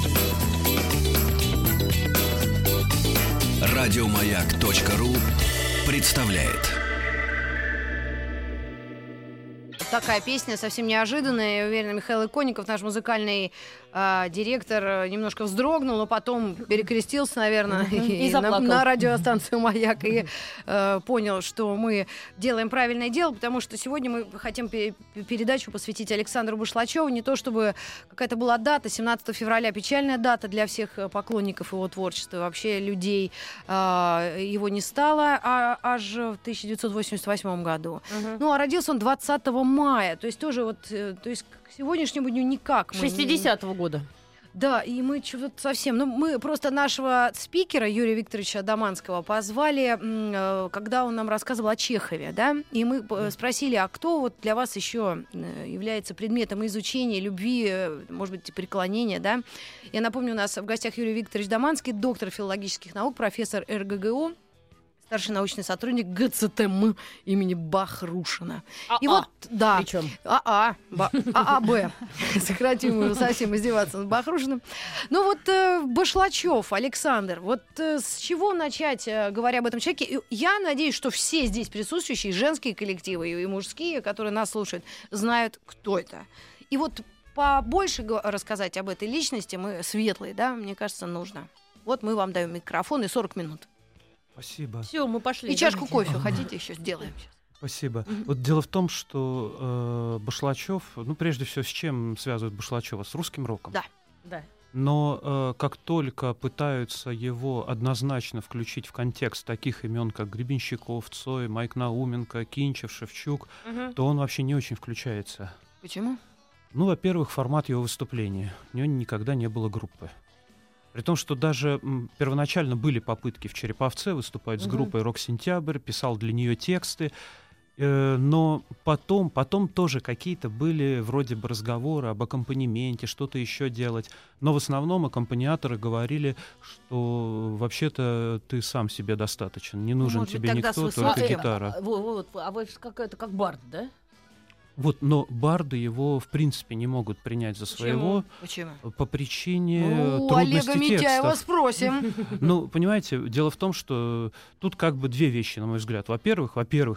Радиомаяк.ру представляет. Такая песня совсем неожиданная. Я уверена, Михаил Иконников, наш музыкальный директор, немножко вздрогнул, но потом перекрестился, наверное, и на радиостанцию «Маяк» и понял, что мы делаем правильное дело, потому что сегодня мы хотим передачу посвятить Александру Башлачеву. Не то чтобы какая-то была дата, 17 февраля, печальная дата для всех поклонников его творчества, вообще людей. Его не стало аж в 1988 году. Ну, а родился он 20 мая, то есть тоже вот, то есть к сегодняшнему дню никак. 60-го года. Да, и мы что-то совсем... Ну, мы просто нашего спикера Юрия Викторовича Адаманского позвали, когда он нам рассказывал о Чехове, да, и мы спросили, а кто вот для вас еще является предметом изучения, любви, может быть, преклонения, да. Я напомню, у нас в гостях Юрий Викторович Адаманский, доктор филологических наук, профессор РГГУ, старший научный сотрудник ГЦТМ имени Бахрушина. И вот, да, Причем? ААБ. Сократим его, совсем издеваться над Бахрушиным. Ну вот Башлачев, Александр, вот с чего начать, говоря об этом человеке? Я надеюсь, что все здесь присутствующие, женские коллективы и мужские, которые нас слушают, знают, кто это. И вот побольше рассказать об этой личности, мы светлые, да, мне кажется, нужно. Вот мы вам даем микрофон и 40 минут. Спасибо. Все, мы пошли. И чашку кофе хотите еще сделаем сейчас. Спасибо. Вот дело в том, что Башлачев, ну, прежде всего, с чем связывают Башлачева? С русским роком. Да. Но как только пытаются его однозначно включить в контекст таких имен, как Гребенщиков, Цой, Майк Науменко, Кинчев, Шевчук, то он вообще не очень включается. Почему? Ну, во-первых, формат его выступления. У него никогда не было группы. При том, что даже первоначально были попытки в Череповце выступать с группой «Рок-Сентябрь», писал для нее тексты, но потом тоже какие-то были вроде бы разговоры об аккомпанементе, что-то еще делать. Но в основном аккомпаниаторы говорили, что вообще-то ты сам себе достаточен, не нужен тебе никто, только гитара. А вы как бард, да? Вот, но барды его, в принципе, не могут принять за своего. Почему? По причине трудности Олега Митяева текстов. спросим. Ну, понимаете, дело в том, что тут как бы две вещи, на мой взгляд. Во-первых,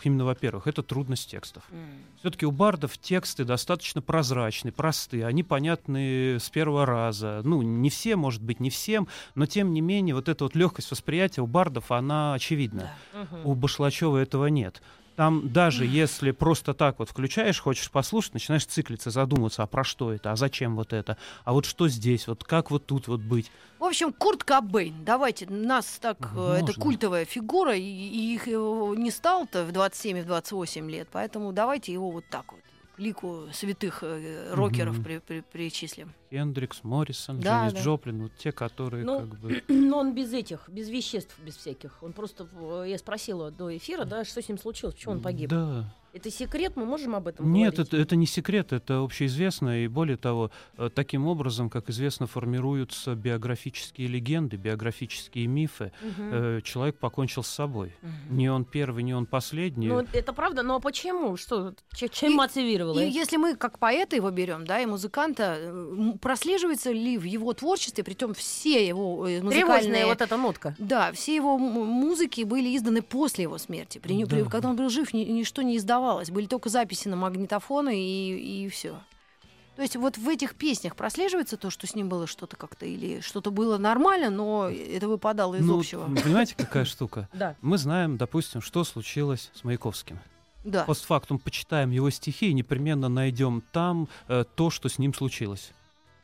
это трудность текстов. Все-таки у бардов тексты достаточно прозрачны, просты, они понятны с первого раза. Ну, не все, может быть, не всем, но тем не менее, вот эта вот легкость восприятия у бардов, она очевидна. У Башлачева этого нет. Там даже если просто так вот включаешь, хочешь послушать, начинаешь циклиться, задумываться, а про что это, а зачем вот это, а вот что здесь, вот как вот тут вот быть. В общем, Курт Кобейн, давайте, нас так, это культовая фигура, и их не стало-то в 27 и в 28 лет, поэтому давайте его вот так вот к лику святых рокеров причислим. Хендрикс, Моррисон, Дженнис Джоплин, вот те, которые как бы... Но он без веществ, без всяких. Он просто, я спросила до эфира, да, что с ним случилось, почему он погиб. Да. Это секрет, мы можем об этом говорить? Нет, это не секрет, это общеизвестно, и более того, таким образом, как известно, формируются биографические легенды, биографические мифы. Человек покончил с собой. Не он первый, не он последний. Ну, это правда, но почему? Что? Чем мотивировало? И если мы как поэта его берем, да, и музыканта, прослеживается ли в его творчестве, притом все его музыкальные... Тревожная вот эта нотка. Да, все его музыки были изданы после его смерти. Когда он был жив, ничто не издавалось. Были только записи на магнитофоны и все. То есть вот в этих песнях прослеживается то, что с ним было что-то как-то, или что-то было нормально, но это выпадало из общего. Понимаете, какая штука? Да. Мы знаем, допустим, что случилось с Маяковским. Да. Постфактум почитаем его стихи и непременно найдем там то, что с ним случилось.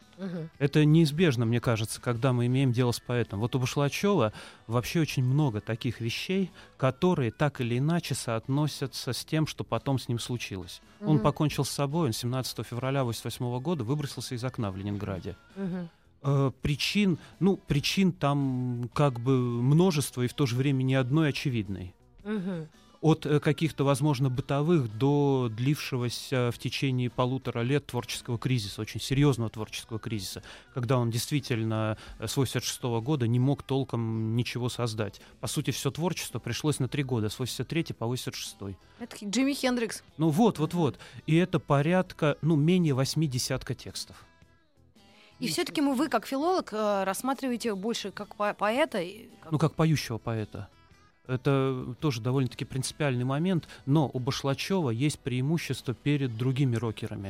Это неизбежно, мне кажется, когда мы имеем дело с поэтом. Вот у Башлачева вообще очень много таких вещей, которые так или иначе соотносятся с тем, что потом с ним случилось. Он покончил с собой, он 17 февраля 1988 года выбросился из окна в Ленинграде. Причин там как бы множество, и в то же время ни одной очевидной. От каких-то, возможно, бытовых до длившегося в течение 1,5 лет творческого кризиса, очень серьезного творческого кризиса, когда он действительно с 1986 года не мог толком ничего создать. По сути, все творчество пришлось на 3 года, с 1983 по 1986. Это Джимми Хендрикс. Ну вот. И это порядка, менее 80 текстов. И все-таки вы, как филолог, рассматриваете больше как поэта? Ну, как поющего поэта. Это тоже довольно-таки принципиальный момент, но у Башлачева есть преимущество перед другими рокерами.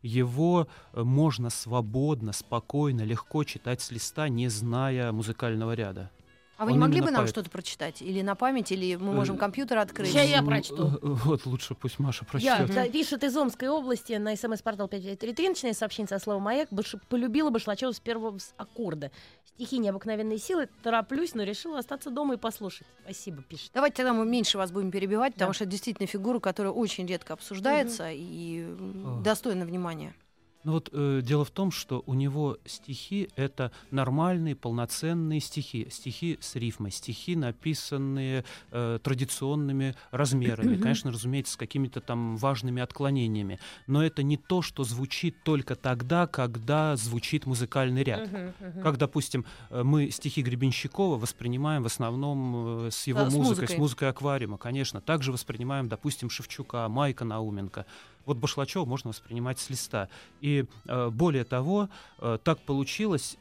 Его можно свободно, спокойно, легко читать с листа, не зная музыкального ряда. А вы не могли бы нам что-то прочитать? Или на память, или мы можем компьютер открыть? Сейчас я прочту. Вот, лучше пусть Маша прочтет. Пишет из Омской области на СМС-портал 5533, начиная сообщение со словом «Маяк». Полюбила Башлачева с первого аккорда. Стихи необыкновенной силы. Тороплюсь, но решила остаться дома и послушать. Спасибо, пишет. Давайте тогда мы меньше вас будем перебивать, потому что это действительно фигура, которая очень редко обсуждается и достойна внимания. Ну вот дело в том, что у него стихи — это нормальные, полноценные стихи. Стихи с рифмой, стихи, написанные традиционными размерами. Конечно, разумеется, с какими-то там важными отклонениями. Но это не то, что звучит только тогда, когда звучит музыкальный ряд. Как, допустим, мы стихи Гребенщикова воспринимаем в основном с его музыкой, с музыкой аквариума, конечно. Также воспринимаем, допустим, Шевчука, Майка Науменко. Вот Башлачева можно воспринимать с листа. И более того, так получилось,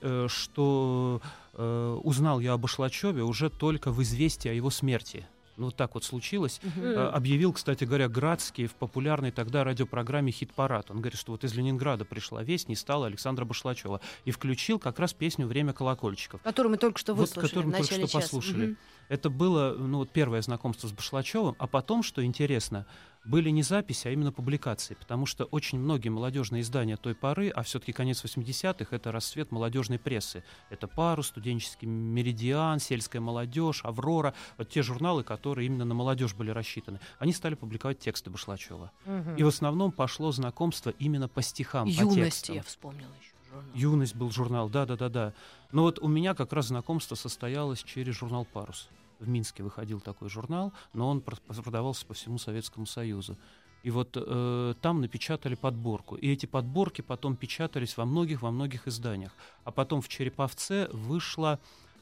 что узнал я о Башлачеве уже только в известии о его смерти. Ну, так вот случилось. Объявил, кстати говоря, Градский в популярной тогда радиопрограмме «Хит-парад». Он говорит, что вот из Ленинграда пришла весть, не стало Александра Башлачева. И включил как раз песню «Время колокольчиков». Которую мы только что выслушали, которую мы только что послушали. Это было первое знакомство с Башлачевым. А потом, что интересно, были не записи, а именно публикации, потому что очень многие молодежные издания той поры, а все-таки конец 80-х, это расцвет молодежной прессы. Это «Парус», «Студенческий меридиан», «Сельская молодежь», «Аврора», вот те журналы, которые именно на молодежь были рассчитаны. Они стали публиковать тексты Башлачева. И в основном пошло знакомство именно по стихам, по «Юность» текстам. я вспомнила еще. Журнал. «Юность» был журнал, да. Но вот у меня как раз знакомство состоялось через журнал «Парус». В Минске выходил такой журнал, но он продавался по всему Советскому Союзу. И вот там напечатали подборку. И эти подборки потом печатались во многих изданиях. А потом в Череповце вышло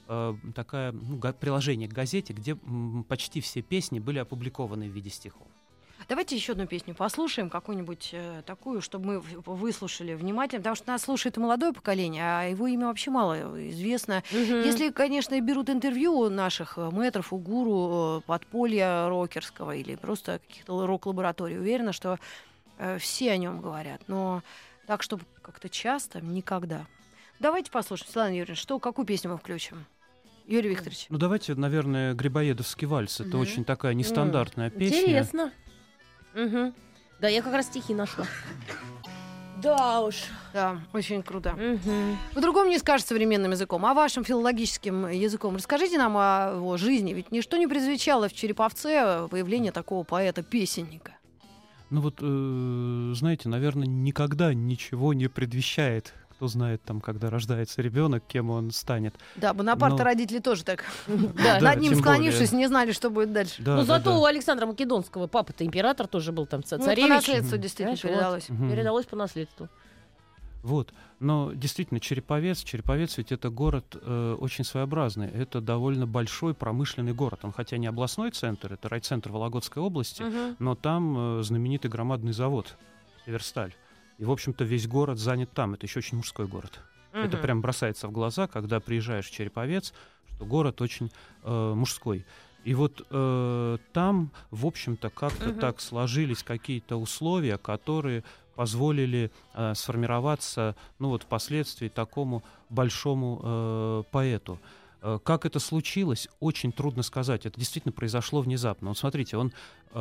такое приложение к газете, где почти все песни были опубликованы в виде стихов. Давайте еще одну песню послушаем, какую-нибудь такую, чтобы мы выслушали внимательно, потому что нас слушает молодое поколение, а его имя вообще мало известно. Если, конечно, берут интервью у наших мэтров, у гуру подполья рокерского или просто каких-то рок-лабораторий, уверена, что все о нем говорят, но так, чтобы как-то часто, никогда. Давайте послушаем, Светлана Юрьевна, какую песню мы включим? Юрий Викторович. Ну, давайте, наверное, «Грибоедовский вальс». Это очень такая нестандартная песня. Интересно. Да, я как раз стихи нашла. Да уж. Да, очень круто. По-другому не скажешь современным языком, а вашим филологическим языком. Расскажите нам о его жизни. Ведь ничто не предвещало в Череповце появление такого поэта-песенника. Ну вот, знаете, наверное, никогда ничего не предвещает. Кто знает, там, когда рождается ребенок, кем он станет. Да, Бонапарта родители тоже так над ним склонившись, не знали, что будет дальше. Но зато у Александра Македонского папа-то император тоже был там царевич. По наследству действительно передалось. Передалось по наследству. Вот. Но действительно, Череповец ведь это город очень своеобразный. Это довольно большой промышленный город. Он хотя не областной центр, это райцентр Вологодской области, но там знаменитый громадный завод «Северсталь». И, в общем-то, весь город занят там. Это еще очень мужской город. Это прям бросается в глаза, когда приезжаешь в Череповец, что город очень мужской. И вот там, в общем-то, как-то так сложились какие-то условия, которые позволили сформироваться, впоследствии такому большому поэту. Как это случилось, очень трудно сказать. Это действительно произошло внезапно. Вот смотрите, он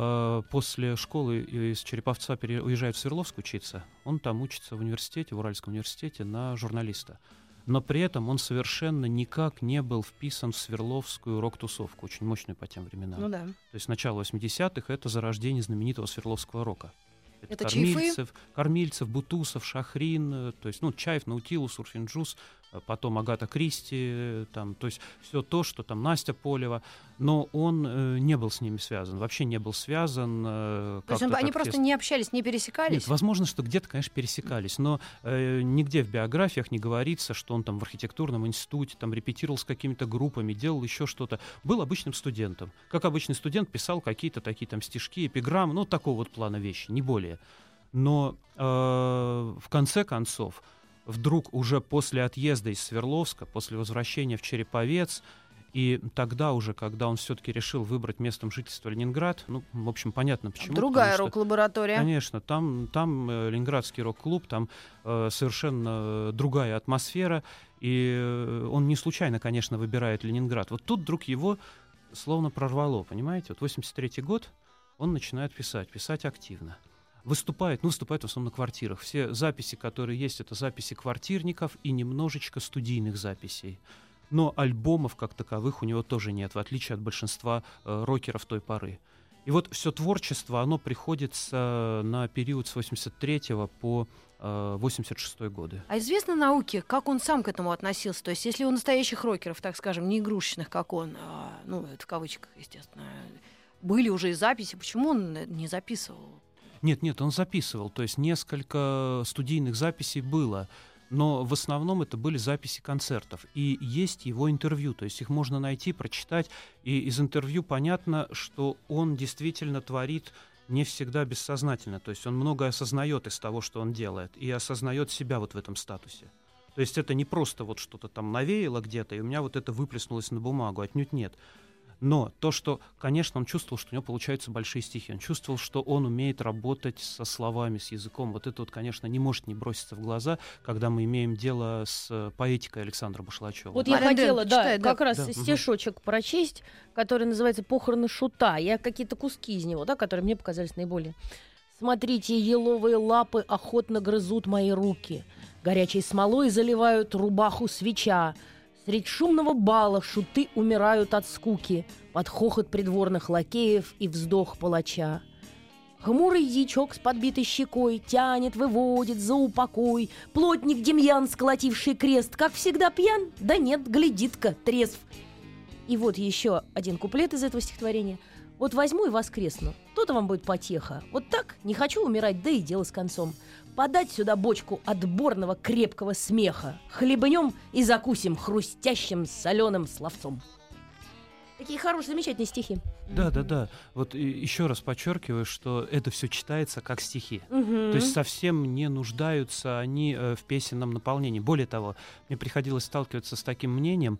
после школы из Череповца уезжает в Свердловск учиться. Он там учится в университете, в Уральском университете на журналиста. Но при этом он совершенно никак не был вписан в Свердловскую рок-тусовку, очень мощную по тем временам. Ну да. То есть начало 80-х — это зарождение знаменитого Свердловского рока. Это Кормильцев, Бутусов, Шахрин, то есть, Чаев, Наутилус, Урфин-Джус, потом Агата Кристи, там, то есть все то, что там Настя Полева, но он не был с ними связан, вообще не был связан. То есть они просто не общались, не пересекались? Нет, возможно, что где-то, конечно, пересекались, но нигде в биографиях не говорится, что он там в архитектурном институте там репетировал с какими-то группами, делал еще что-то. Был обычным студентом. Как обычный студент писал какие-то такие там стишки, эпиграммы, такого вот плана вещи, не более. Но в конце концов вдруг уже после отъезда из Свердловска, после возвращения в Череповец, и тогда уже, когда он все-таки решил выбрать местом жительства Ленинград, ну, в общем, понятно почему. Другая рок-лаборатория. Конечно, там Ленинградский рок-клуб, там совершенно другая атмосфера, и он не случайно, конечно, выбирает Ленинград. Вот тут вдруг его словно прорвало, понимаете? Вот 83-й год он начинает писать активно. Выступает в основном на квартирах. Все записи, которые есть, это записи квартирников и немножечко студийных записей. Но альбомов как таковых у него тоже нет, в отличие от большинства рокеров той поры. И вот все творчество, оно приходится на период с 83 по 86 годы. А известно науке, как он сам к этому относился? То есть если у настоящих рокеров, так скажем, не игрушечных, как он, ну, это в кавычках, естественно, были уже и записи, почему он не записывал? Нет, он записывал. То есть несколько студийных записей было. Но в основном это были записи концертов. И есть его интервью, то есть их можно найти, прочитать. И из интервью понятно, что он действительно творит не всегда бессознательно. То есть он многое осознает из того, что он делает, и осознает себя вот в этом статусе. То есть это не просто вот что-то там навеяло где-то, и у меня вот это выплеснулось на бумагу, отнюдь нет. Но то, что, конечно, он чувствовал, что у него получаются большие стихи, он чувствовал, что он умеет работать со словами, с языком. Вот это вот, конечно, не может не броситься в глаза, когда мы имеем дело с поэтикой Александра Башлачева. Вот я хотела, как раз стишочек прочесть, который называется «Похороны шута». Я какие-то куски из него, которые мне показались наиболее. «Смотрите, еловые лапы охотно грызут мои руки, горячей смолой заливают рубаху свеча. Средь шумного бала шуты умирают от скуки под хохот придворных лакеев и вздох палача. Хмурый дьячок с подбитой щекой тянет, выводит за упокой. Плотник Демьян, сколотивший крест, как всегда пьян, да нет, глядит-ка, трезв». И вот еще один куплет из этого стихотворения. «Вот возьму и воскресну, то-то вам будет потеха. Вот так, не хочу умирать, да и дело с концом. Подать сюда бочку отборного крепкого смеха. Хлебнем и закусим хрустящим соленым словцом». Такие хорошие, замечательные стихи. Да. Вот еще раз подчеркиваю, что это все читается как стихи. То есть совсем не нуждаются они в песенном наполнении. Более того, мне приходилось сталкиваться с таким мнением,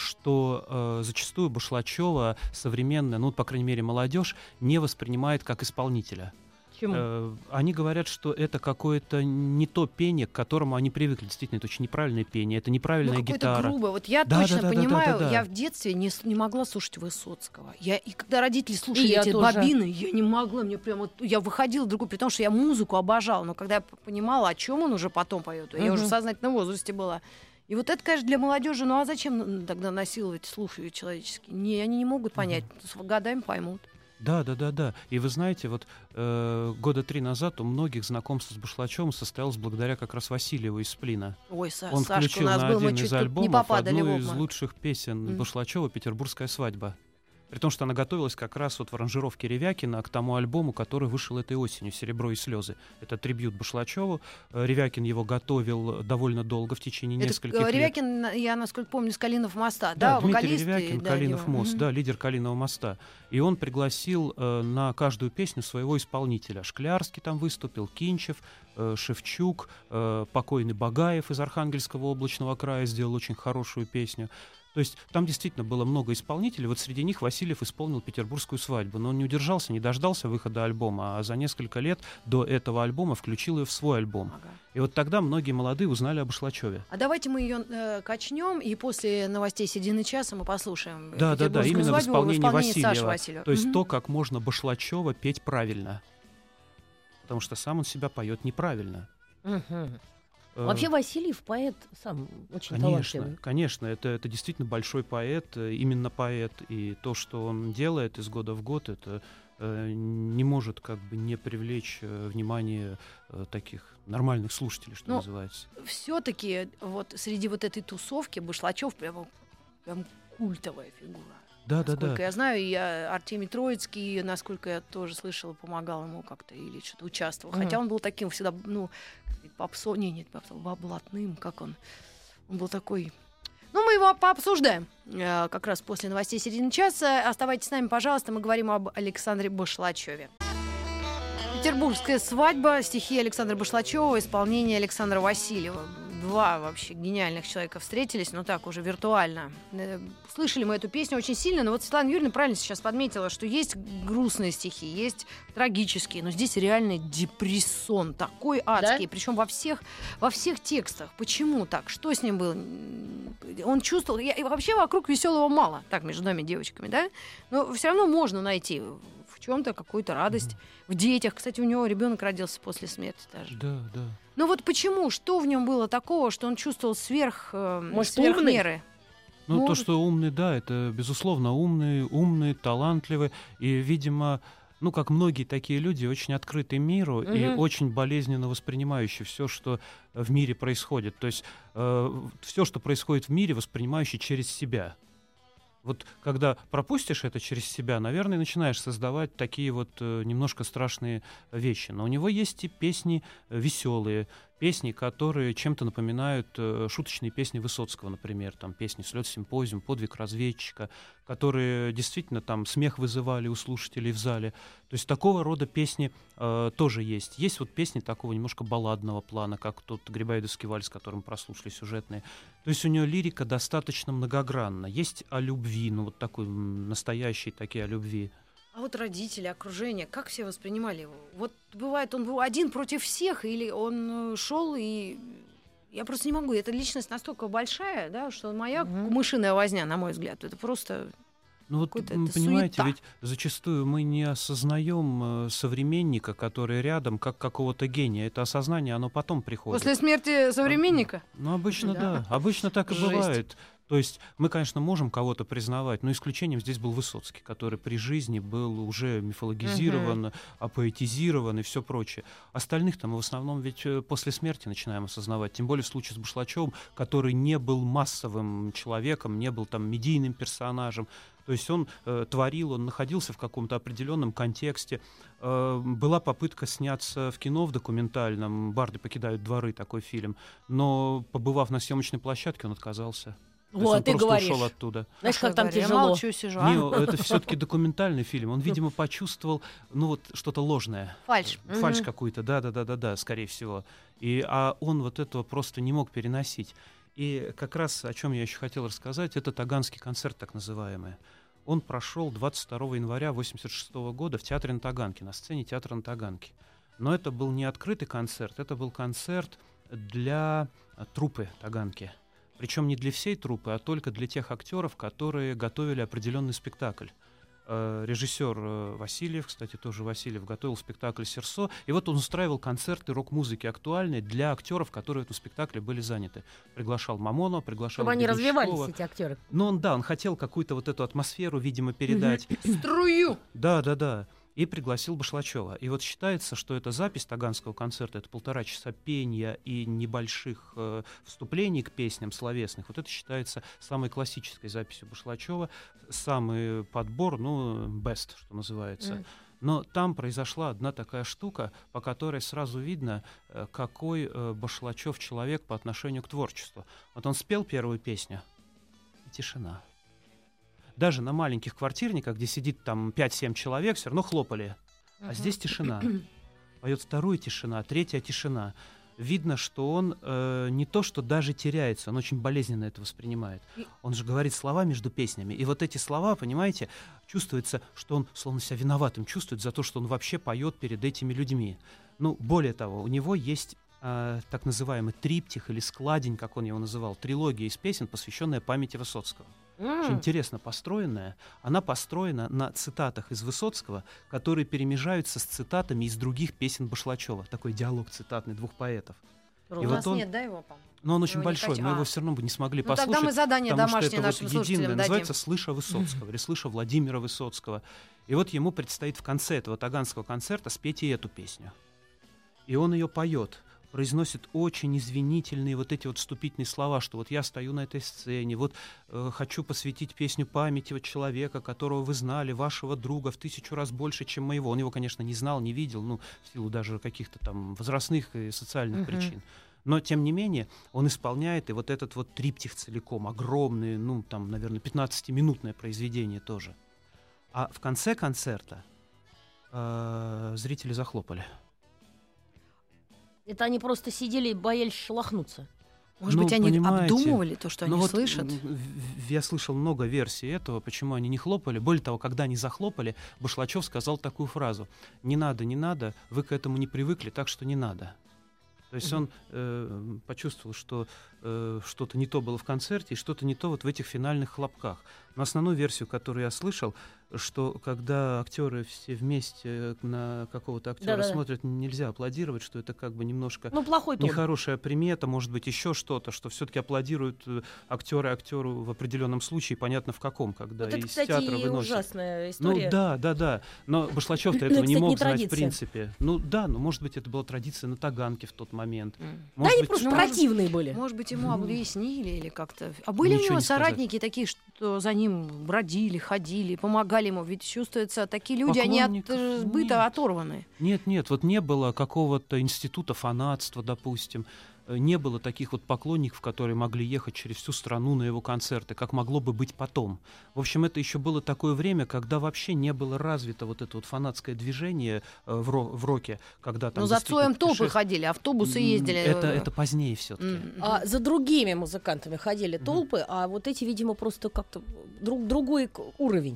что зачастую Башлачева современная, ну, по крайней мере, молодежь, не воспринимает как исполнителя. Почему? Они говорят, что это какое-то не то пение, к которому они привыкли. Действительно, это очень неправильное пение, это неправильная гитара. Грубое. Вот я точно понимаю, я в детстве не могла слушать Высоцкого. И когда родители слушали эти бобины, я не могла, мне прямо я выходила в другую, при том, что я музыку обожала, но когда я понимала, о чем он уже потом поет, я уже в сознательном возрасте была. И вот это, конечно, для молодежи, ну а зачем тогда насиловать слух человеческий? Они не могут понять, с годами поймут. Да. И вы знаете, вот года 3 назад у многих знакомство с Башлачевым состоялось благодаря как раз Васильеву из «Сплина». Ой, он Сашка включил у нас на был, один мы из чуть альбомов не попадали одну из лучших песен Башлачева «Петербургская свадьба». При том, что она готовилась как раз вот в аранжировке Ревякина к тому альбому, который вышел этой осенью, «Серебро и слезы». Это трибьют Башлачеву. Ревякин его готовил довольно долго, в течение нескольких лет. Ревякин, я, насколько помню, с Калинов моста, да? Дмитрий Ревякин, Калинов мост, да, лидер Калиного моста. И он пригласил на каждую песню своего исполнителя. Шклярский там выступил, Кинчев, Шевчук, покойный Багаев из Архангельского облачного края сделал очень хорошую песню. То есть там действительно было много исполнителей. Вот среди них Васильев исполнил «Петербургскую свадьбу». Но он не удержался, не дождался выхода альбома, а за несколько лет до этого альбома включил ее в свой альбом. И вот тогда многие молодые узнали об Башлачеве. А давайте мы ее качнем, и после новостей «Середины часа» мы послушаем. Да, именно в исполнении Васильева. То есть то, как можно Башлачева петь правильно. Потому что сам он себя поет неправильно. Вообще Васильев поэт сам очень талантливый. Конечно, это действительно большой поэт, именно поэт, и то, что он делает из года в год, это не может как бы не привлечь внимание таких нормальных слушателей, что называется. Все-таки вот среди вот этой тусовки Башлачев прям культовая фигура. Насколько я знаю, и Артемий Троицкий, насколько я тоже слышала, помогал ему как-то или что-то участвовал. Хотя он был таким всегда, блатным, как он. Он был такой... Ну, мы его пообсуждаем как раз после новостей «Середины часа». Оставайтесь с нами, пожалуйста, мы говорим об Александре Башлачеве. «Петербургская свадьба», стихи Александра Башлачева, исполнение Александра Васильева. два вообще гениальных человека встретились, но так уже виртуально. Слышали мы эту песню очень сильно, но вот Светлана Юрьевна правильно сейчас подметила, что есть грустные стихи, есть трагические, но здесь реальный депрессон, такой адский, да? Причем во всех текстах. Почему так? Что с ним было? Он чувствовал... И вообще вокруг веселого мало, так, между нами девочками, да? Но все равно можно найти в чем-то какую-то радость. В детях. Кстати, у него ребенок родился после смерти даже. Да, да. Ну вот почему? Что в нем было такого, что он чувствовал сверх меры? Ну, то, что умный, да, это, безусловно, умный, талантливый. И, видимо, ну, как многие такие люди, очень открыты миру и очень болезненно воспринимающие все, что в мире происходит. То есть все, что происходит в мире, воспринимающий через себя. Вот когда пропустишь это через себя, наверное, начинаешь создавать такие вот немножко страшные вещи. Но у него есть и песни веселые, песни, которые чем-то напоминают шуточные песни Высоцкого, например, там песни «Слёт симпозиум», «Подвиг разведчика», которые действительно там смех вызывали у слушателей в зале. То есть такого рода песни тоже есть. Есть вот песни такого немножко балладного плана, как тот Грибоедовский вальс, который мы прослушали, сюжетные. То есть у него лирика достаточно многогранна. Есть о любви, ну вот такой настоящий такие о любви. А вот родители, окружение, как все воспринимали его? Вот бывает, он был один против всех, или он шел и... Я просто не могу. Эта личность настолько большая, да, что моя мышиная возня, на мой взгляд, это просто... Ну вот, понимаете, суета. Ведь зачастую мы не осознаем современника, который рядом, как какого-то гения. Это осознание, оно потом приходит. После смерти современника? Ну, обычно да. Обычно так и бывает. То есть мы, конечно, можем кого-то признавать, но исключением здесь был Высоцкий, который при жизни был уже мифологизирован, апоэтизирован и все прочее. Остальных-то мы в основном ведь после смерти начинаем осознавать. Тем более в случае с Башлачевым, который не был массовым человеком, не был там медийным персонажем. То есть он творил, он находился в каком-то определенном контексте. Была попытка сняться в кино в документальном «Барды покидают дворы», такой фильм. Но, побывав на съемочной площадке, он отказался. Вот, ты говоришь. Ушел оттуда. Знаешь, как там тяжело. Я молчу, сижу. Не, это все-таки документальный фильм. Он, видимо, почувствовал, ну вот что-то ложное. Фальшь. Фальшь какую-то, да, скорее всего. А он вот этого просто не мог переносить. И как раз о чем я еще хотел рассказать, это Таганский концерт, так называемый. Он прошел 22 января 1986 года в театре на Таганке, на сцене театра на Таганке. Но это был не открытый концерт, это был концерт для труппы Таганки. Причем не для всей труппы, а только для тех актеров, которые готовили определенный спектакль. Режиссер Васильев, кстати, тоже Васильев, готовил спектакль «Серсо». И вот он устраивал концерты рок-музыки актуальные для актеров, которые в этом спектакле были заняты. Приглашал Мамонова, приглашал Чтобы они развивались, эти актеры. Но он хотел какую-то вот эту атмосферу, видимо, передать. Струю! Да. И пригласил Башлачева. И вот считается, что эта запись таганского концерта, это 1,5 часа пения и небольших вступлений к песням словесных, вот это считается самой классической записью Башлачева, самый подбор, best, что называется. Но там произошла одна такая штука, по которой сразу видно, какой Башлачев человек по отношению к творчеству. Вот он спел первую песню, и тишина. Даже на маленьких квартирниках, где сидит там 5-7 человек, все равно хлопали. А здесь тишина. Поет вторую тишина, третья тишина. Видно, что он не то, что даже теряется, он очень болезненно это воспринимает. Он же говорит слова между песнями. И вот эти слова, понимаете, чувствуется, что он словно себя виноватым чувствует за то, что он вообще поет перед этими людьми. Ну, более того, у него есть так называемый триптих или складень, как он его называл, трилогия из песен, посвященная памяти Высоцкого. Очень интересно построенная. Она построена на цитатах из Высоцкого, которые перемежаются с цитатами из других песен Башлачева. Такой диалог цитатный двух поэтов. У нас нет, да, его, по-моему? Но он очень большой, мы его все равно бы не смогли послушать. Тогда мы задание домашнее нашим слушателям дадим. Называется «Слыша Высоцкого» или «Слыша Владимира Высоцкого». И вот ему предстоит в конце этого таганского концерта спеть и эту песню. И он ее поет. Произносит очень извинительные вот эти вот вступительные слова, что вот я стою на этой сцене, вот хочу посвятить песню памяти вот человека, которого вы знали, вашего друга в 1000 раз больше, чем моего. Он его, конечно, не знал, не видел, в силу даже каких-то там возрастных и социальных причин. Но, тем не менее, он исполняет и вот этот вот триптих целиком, огромный, наверное, 15-минутное произведение тоже. А в конце концерта зрители захлопали. Это они просто сидели и боялись шелохнуться. Может быть, они понимаете, обдумывали то, что они слышат? Я слышал много версий этого, почему они не хлопали. Более того, когда они захлопали, Башлачев сказал такую фразу: «Не надо, не надо, вы к этому не привыкли, так что не надо». То есть он почувствовал, что что-то не то было в концерте и что-то не то вот в этих финальных хлопках. Но основную версию, которую я слышал, что когда актеры все вместе на какого-то актера смотрят, нельзя аплодировать, что это как бы немножко плохой тон. Нехорошая примета, может быть, еще что-то, что все-таки аплодируют актеры актеру в определенном случае, понятно в каком, когда вот это, из кстати, театра выносят. Ужасная история. Да. Но Башлачев-то этого не кстати, мог не знать традиция. в принципе. Может быть, это была традиция на Таганке в тот момент. Да, они просто противные были. Может быть, ему объяснили или как-то. А были у него соратники такие, что за ним бродили, ходили, помогали ему? Ведь чувствуется, такие люди, они от быта оторваны. Нет, вот не было какого-то института фанатства, допустим. Не было таких вот поклонников, которые могли ехать через всю страну на его концерты, как могло бы быть потом. В общем, это еще было такое время, когда вообще не было развито вот это вот фанатское движение в роке, когда там. Но за Цоем толпы ходили, автобусы ездили. Это позднее все-таки. А за другими музыкантами ходили толпы, а вот эти, видимо, просто как-то другой уровень.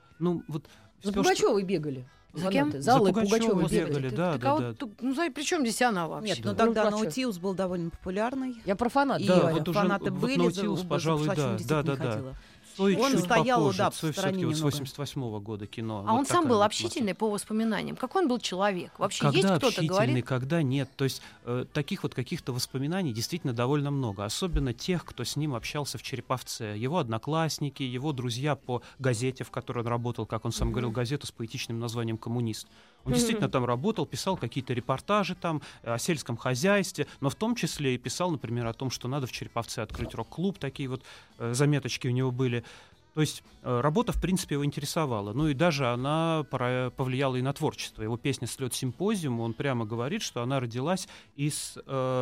За Пугачёвой бегали. За кем? За Аллой Пугачёвой бегали, да. При чем здесь она вообще? Нет, тогда Наутилус был довольно популярный. Я про фанат. Фанаты были, Наутилус, пожалуй, да. Он стоял, в стороне с 88-го года кино. А он сам был общительный по воспоминаниям. Какой он был человек? Вообще когда есть кто-то общительный, говорит? когда нет. То есть таких вот каких-то воспоминаний действительно довольно много. Особенно тех, кто с ним общался в Череповце. Его одноклассники, его друзья по газете, в которой он работал, как он сам говорил, газету с поэтичным названием «Коммунист». Он действительно там работал, писал какие-то репортажи там о сельском хозяйстве, но в том числе и писал, например, о том, что надо в Череповце открыть рок-клуб. Такие вот заметочки у него были. То есть работа, в принципе, его интересовала. Ну и даже она повлияла и на творчество. Его песня «Слёт симпозиум», он прямо говорит, что она родилась из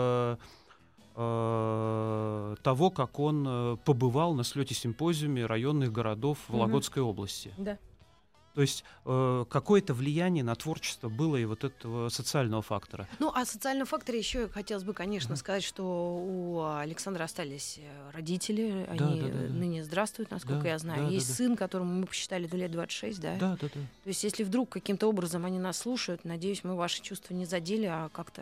того, как он побывал на слёте симпозиуме районных городов Вологодской области. Да. То есть какое-то влияние на творчество было и вот этого социального фактора. О социальном факторе еще хотелось бы, конечно, сказать, что у Александра остались родители, они ныне здравствуют, насколько я знаю. Есть сын, которому мы посчитали до лет 26, да? Да. То есть если вдруг каким-то образом они нас слушают, надеюсь, мы ваши чувства не задели, а как-то,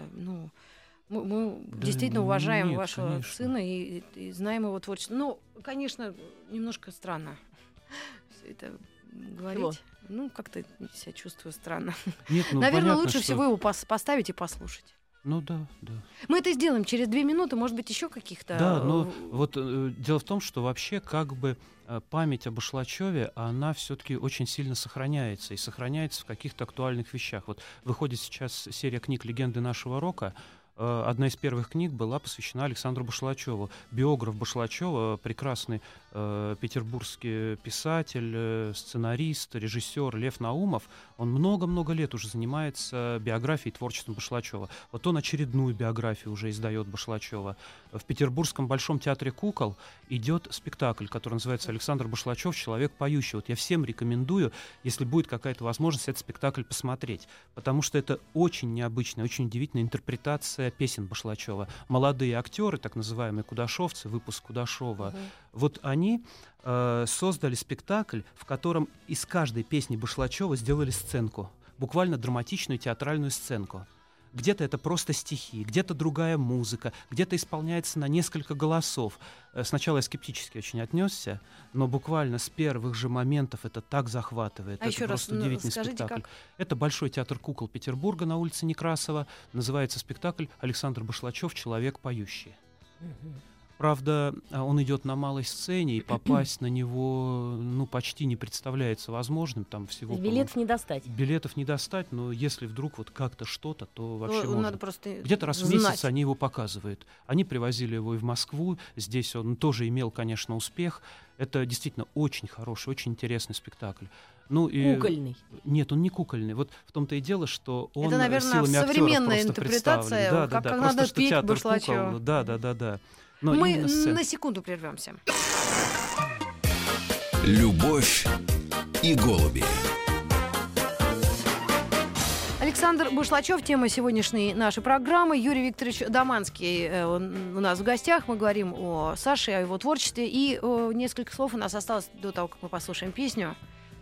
мы действительно уважаем вашего сына и знаем его творчество. Конечно, немножко странно все это говорить. Как-то себя чувствую странно. Наверное, лучше всего его поставить и послушать. Да. Мы это сделаем через 2 минуты, может быть, еще каких-то... Да, но дело в том, что вообще как бы память об Башлачеве, она все-таки очень сильно сохраняется, и сохраняется в каких-то актуальных вещах. Вот выходит сейчас серия книг «Легенды нашего рока». Одна из первых книг была посвящена Александру Башлачеву. Биограф Башлачева, прекрасный петербургский писатель, сценарист, режиссер Лев Наумов, он много-много лет уже занимается биографией и творчеством Башлачева. Вот он очередную биографию уже издает Башлачева. В Петербургском Большом театре кукол идет спектакль, который называется «Александр Башлачев. Человек поющий». Вот я всем рекомендую, если будет какая-то возможность, этот спектакль посмотреть, потому что это очень необычная, очень удивительная интерпретация песен Башлачева. Молодые актеры, так называемые кудашовцы, выпуск Кудашова, вот они создали спектакль, в котором из каждой песни Башлачева сделали сценку, буквально драматичную театральную сценку. Где-то это просто стихи, где-то другая музыка, где-то исполняется на несколько голосов. Сначала я скептически очень отнесся, но буквально с первых же моментов это так захватывает. А это еще просто раз удивительный скажите, спектакль. как? Это Большой театр кукол Петербурга на улице Некрасова. Называется спектакль «Александр Башлачев. Человек поющий». Правда, он идет на малой сцене, и попасть на него почти не представляется возможным. Там всего, билетов не достать. Билетов не достать, но если вдруг вот как-то что-то, то вообще можно. Надо просто где-то раз в месяц они его показывают. Они привозили его и в Москву. Здесь он тоже имел, конечно, успех. Это действительно очень хороший, очень интересный спектакль. Кукольный? Нет, он не кукольный. Вот в том-то и дело, что он это, наверное, силами современная актеров просто интерпретация, как надо петь Башлачева. Да. Но мы на секунду прервемся. Александр Александр Башлачев, тема сегодняшней нашей программы. Юрий Викторович Доманский у нас в гостях. Мы говорим о Саше, о его творчестве. И несколько слов у нас осталось до того, как мы послушаем песню.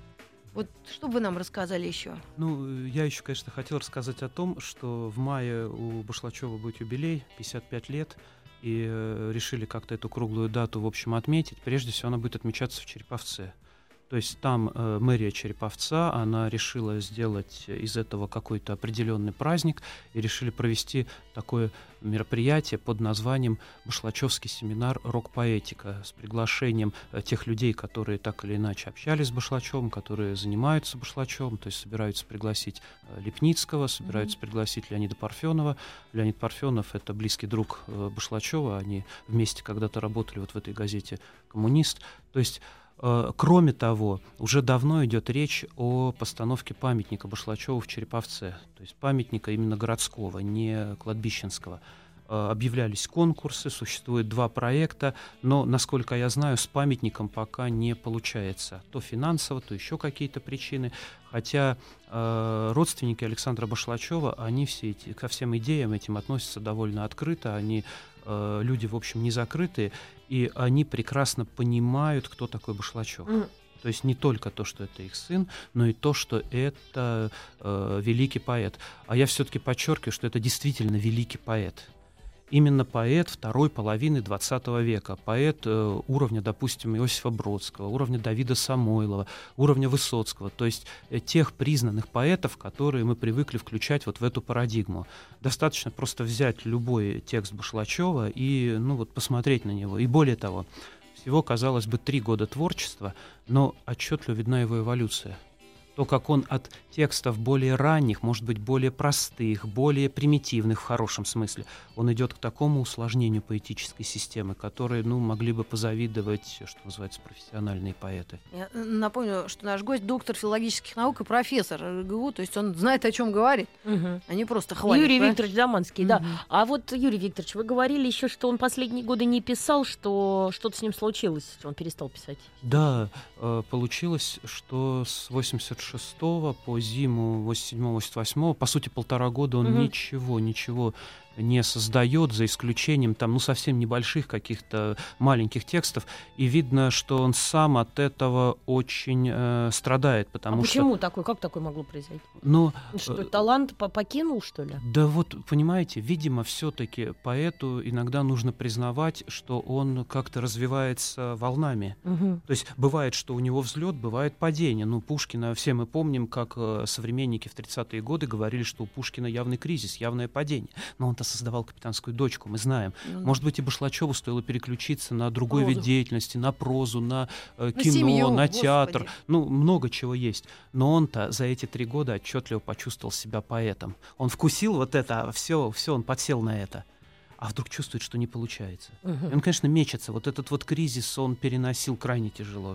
Вот что бы вы нам рассказали еще? Ну, я еще, конечно, хотел рассказать о том, что в мае у Башлачева будет юбилей, 55 лет, и решили как-то эту круглую дату, в общем, отметить. Прежде всего, она будет отмечаться в Череповце. То есть там мэрия Череповца, она решила сделать из этого какой-то определенный праздник и решили провести такое мероприятие под названием «Башлачевский семинар «Рок-поэтика» с приглашением тех людей, которые так или иначе общались с Башлачевым, которые занимаются Башлачевым, то есть собираются пригласить Лепницкого, собираются пригласить Леонида Парфенова. Леонид Парфенов — это близкий друг Башлачева, они вместе когда-то работали вот в этой газете «Коммунист». То есть кроме того, уже давно идет речь о постановке памятника Башлачеву в Череповце, то есть памятника именно городского, не кладбищенского. Объявлялись конкурсы, существует 2 проекта, но, насколько я знаю, с памятником пока не получается. То финансово, то еще какие-то причины. Хотя родственники Александра Башлачева, они все ко всем идеям этим относятся довольно открыто, они люди, в общем, не закрытые, и они прекрасно понимают, кто такой Башлачев. То есть не только то, что это их сын, но и то, что это великий поэт. А я все-таки подчеркиваю, что это действительно великий поэт. Именно поэт второй половины XX века, поэт уровня, допустим, Иосифа Бродского, уровня Давида Самойлова, уровня Высоцкого, то есть тех признанных поэтов, которые мы привыкли включать вот в эту парадигму. Достаточно просто взять любой текст Башлачева и посмотреть на него. И более того, всего, казалось бы, 3 года творчества, но отчетливо видна его эволюция. То, как он от текстов более ранних, может быть, более простых, более примитивных в хорошем смысле, он идет к такому усложнению поэтической системы, которой, могли бы позавидовать, что называется, профессиональные поэты. Я напомню, что наш гость — доктор филологических наук и профессор РГУ, то есть он знает, о чем говорит, а не просто хвалит. Юрий Викторович Доманский, да. А вот, Юрий Викторович, вы говорили еще, что он последние годы не писал, что что-то с ним случилось, что он перестал писать. Да, получилось, что с 86 по зиму 87-88, по сути, 1,5 года он ничего не создает, за исключением совсем небольших каких-то маленьких текстов, и видно, что он сам от этого очень страдает, потому что... Почему такой? Как такое могло произойти? Что, талант покинул, что ли? Да вот, понимаете, видимо, все-таки поэту иногда нужно признавать, что он как-то развивается волнами. То есть бывает, что у него взлет, бывает падение. Пушкина, все мы помним, как современники в 30-е годы говорили, что у Пушкина явный кризис, явное падение. Но он-то создавал «Капитанскую дочку», мы знаем. Может быть, и Башлачеву стоило переключиться на другой вид деятельности, на прозу, на кино, семью, на театр. Господи. Много чего есть. Но он-то за эти 3 года отчетливо почувствовал себя поэтом. Он вкусил вот это, все, он подсел на это. А вдруг чувствует, что не получается. И он, конечно, мечется. Вот этот вот кризис он переносил крайне тяжело.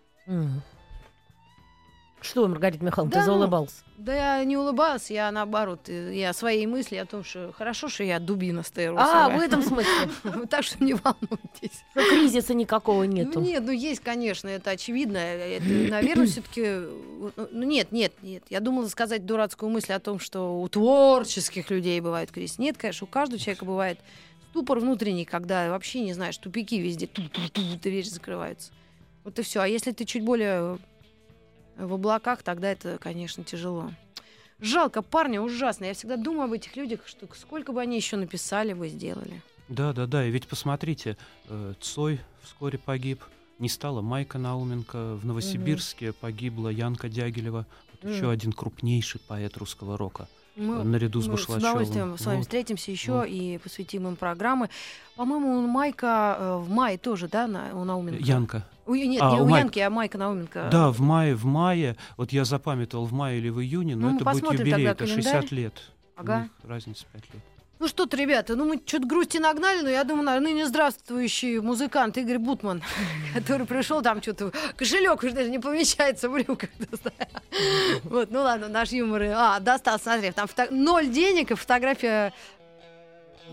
Что, Маргарита Михайловна, ты заулыбался? Да я не улыбалась, я наоборот, я своей мысли о том, что хорошо, что я дубина стою. В этом смысле? Так что не волнуйтесь. Кризиса никакого нету. Нет, есть, конечно, это очевидно. Наверное, все-таки... Нет. Я думала сказать дурацкую мысль о том, что у творческих людей бывает кризис. Нет, конечно, у каждого человека бывает ступор внутренний, когда вообще не знаешь, тупики везде, двери закрываются. Вот и все. А если ты чуть более... в облаках, тогда это, конечно, тяжело. Жалко парня, ужасно. Я всегда думаю об этих людях, что сколько бы они еще написали бы, сделали. Да. И ведь посмотрите, Цой вскоре погиб, не стало Майка Науменко, в Новосибирске погибла Янка Дягилева, еще один крупнейший поэт русского рока. Наряду с Башлачевым. С удовольствием с вами встретимся еще и посвятим им программы. По-моему, у Майка в мае тоже, да, у Науменко? Янка. Нет, не у Янки, а Майка Науменко. Да, в мае. Вот я запамятовал, в мае или в июне, но это будет юбилей, это 60 лет. Ага. У них разница 5 лет. Ну что-то, ребята, мы что-то грусти нагнали, но я думаю, ныне здравствующий музыкант Игорь Бутман, который пришел, там что-то кошелек уже даже не помещается в брюках. Вот, ну ладно, наш юмор. Достал, смотри, там 0 денег и фотография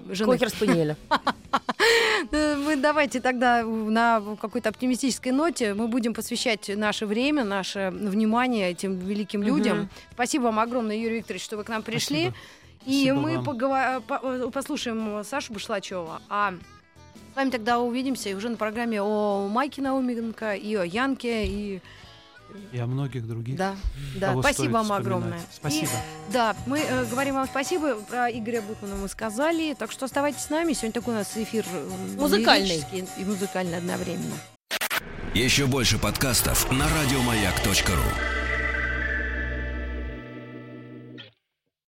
жены. Кохер-спаниеля. Мы давайте тогда на какой-то оптимистической ноте мы будем посвящать наше время, наше внимание этим великим людям. Спасибо вам огромное, Юрий Викторович, что вы к нам пришли. И мы послушаем Сашу Башлачева. А с вами тогда увидимся и уже на программе о Майке Науменко, и о Янке, и о многих других. Да, спасибо вам огромное. Спасибо. Мы говорим вам спасибо. Про Игоря Бутмана мы сказали. Так что оставайтесь с нами. Сегодня такой у нас эфир музыкальный и музыкальный одновременно. Еще больше подкастов на радиомаяк.ру.